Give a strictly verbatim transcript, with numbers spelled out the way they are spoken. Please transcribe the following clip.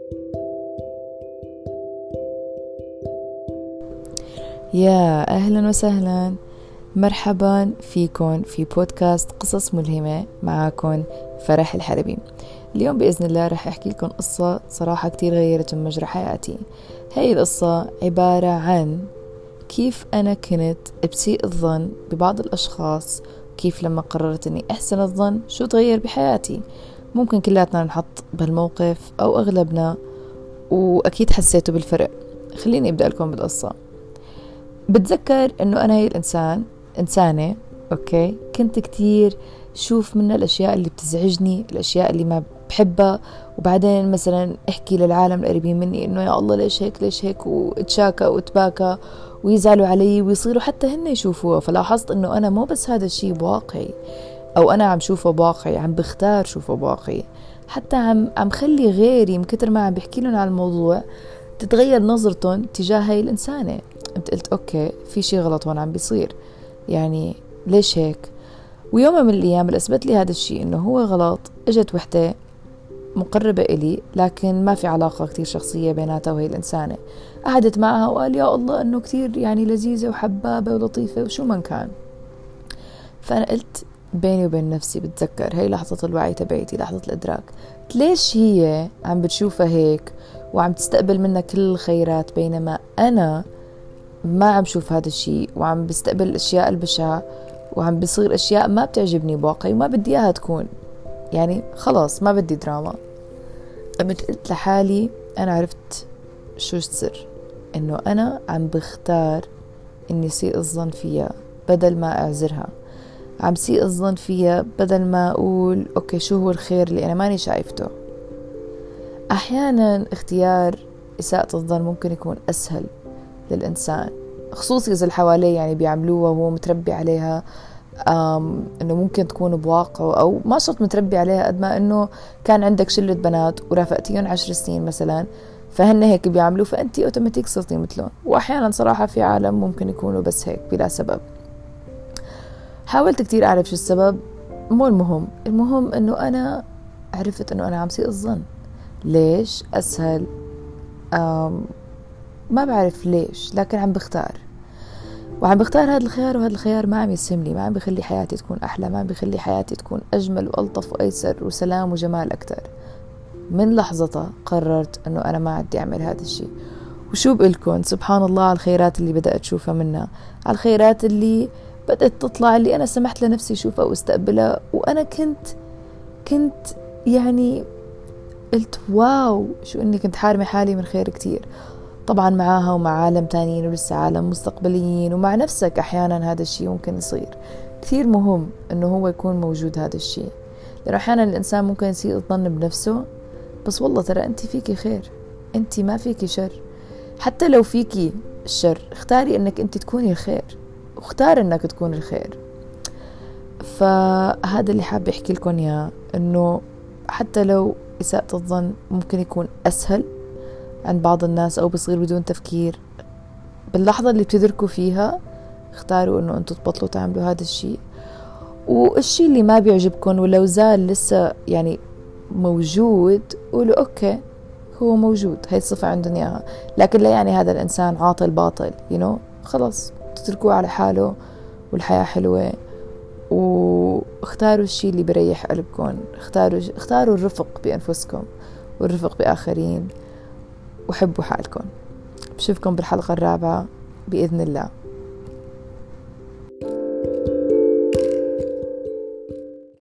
يا أهلا وسهلا، مرحبا فيكن في بودكاست قصص ملهمة. معاكن فرح الحربي. اليوم بإذن الله رح أحكي لكم قصة صراحة كتير غيرت من مجرى حياتي. هاي القصة عبارة عن كيف أنا كنت بسيء الظن ببعض الأشخاص، كيف لما قررت أني أحسن الظن شو تغير بحياتي. ممكن كلاتنا نحط بهالموقف أو أغلبنا، وأكيد حسيتوا بالفرق. خليني أبدأ لكم بالقصة. بتذكر أنه أنا هي الإنسان إنسانة أوكي كنت كتير شوف منها الأشياء اللي بتزعجني، الأشياء اللي ما بحبها، وبعدين مثلا احكي للعالم القريبين مني انه يا الله ليش هيك ليش هيك، واتشاكى واتباكى ويزعلوا علي ويصيروا حتى هن يشوفوها. فلاحظت انه انا مو بس هذا الشيء بواقعي او انا عم شوفه بواقعي، عم بختار شوفه بواقعي، حتى عم عم خلي غيري من كتر ما عم بحكي لهم على الموضوع تتغير نظرتهم تجاه هاي الإنسانة. قمت قلت أوكي في شيء غلط هون عم بيصير، يعني ليش هيك؟ ويوم من الأيام اللي أثبت لي هذا الشيء إنه هو غلط، إجت وحدة مقربة إلي لكن ما في علاقة كتير شخصية بيناتها وهي الإنسانة. قعدت معها وقال يا الله إنه كتير يعني لذيذة وحبابة ولطيفة وشو من كان. فأنا قلت بيني وبين نفسي، بتذكر هاي لحظة الوعي تبعيتي، لحظة الإدراك، ليش هي عم بتشوفها هيك وعم تستقبل منها كل الخيرات بينما أنا ما عم شوف هذا الشيء وعم بستقبل الأشياء البشعة وعم بصير أشياء ما بتعجبني بواقعي وما بدي إياها تكون، يعني خلاص ما بدي دراما. قمت قلت لحالي أنا عرفت شو السر، إنه أنا عم بختار إني سيء الظن فيها بدل ما أعذرها، عم سيء الظن فيها بدل ما أقول أوكي شو هو الخير اللي أنا ماني شايفته. أحيانا اختيار إساءة الظن ممكن يكون أسهل للإنسان، خصوصي إذا اللي حواليه يعني بيعملوها وهو متربي عليها، إنه ممكن تكون بواقعه أو ما صرت متربي عليها قد ما إنه كان عندك شلة بنات ورافقتيهم عشر سنين مثلا فهن هيك بيعملوا فأنتي أوتوماتيك صرتي مثلهم. وأحيانا صراحة في عالم ممكن يكونوا بس هيك بلا سبب. حاولت كتير أعرف شو السبب، مو المهم، المهم إنه أنا عرفت إنه أنا عم سيء الظن. ليش؟ أسهل، ما بعرف ليش، لكن عم بختار وعم بختار هذا الخيار، وهذا الخيار ما عم يسهم لي، ما عم بيخلي حياتي تكون أحلى، ما عم بيخلي حياتي تكون أجمل وألطف وأيسر وسلام وجمال أكتر. من لحظتها قررت أنه أنا ما عدي أعمل هذا الشيء. وشو بقلكن سبحان الله على الخيرات اللي بدأت أشوفها منها، على الخيرات اللي بدأت تطلع اللي أنا سمحت لنفسي أشوفها واستقبلها. وأنا كنت كنت يعني قلت واو شو إني كنت حارمة حالي من خير كتير، طبعا معاها ومع عالم تانيين ولسه عالم مستقبليين ومع نفسك. أحيانا هذا الشيء ممكن يصير. كثير مهم إنه هو يكون موجود هذا الشيء، لأنه أحيانا الإنسان ممكن يسيء الظن بنفسه، بس والله ترى أنت فيكي خير، أنت ما فيكي شر. حتى لو فيكي الشر اختاري إنك أنت تكوني الخير، واختار إنك تكون الخير. فهذا اللي حابة أحكي لكم إياه، إنه حتى لو إساءة الظن ممكن يكون أسهل عند بعض الناس أو بصير بدون تفكير، باللحظة اللي بتدركوا فيها اختاروا إنه أنتوا تبطلوا تعملوا هذا الشيء. والشيء اللي ما بيعجبكم ولو زال لسه يعني موجود قولوا أوكي هو موجود، هاي الصفة عندنا إياها، لكن لا يعني هذا الإنسان عاطل باطل you know خلاص تتركوه على حاله والحياة حلوة. واختاروا الشيء اللي بريح قلبكم، اختاروا اختاروا الرفق بأنفسكم والرفق بآخرين، وحبوا حالكم. بشوفكم بالحلقة الرابعة بإذن الله.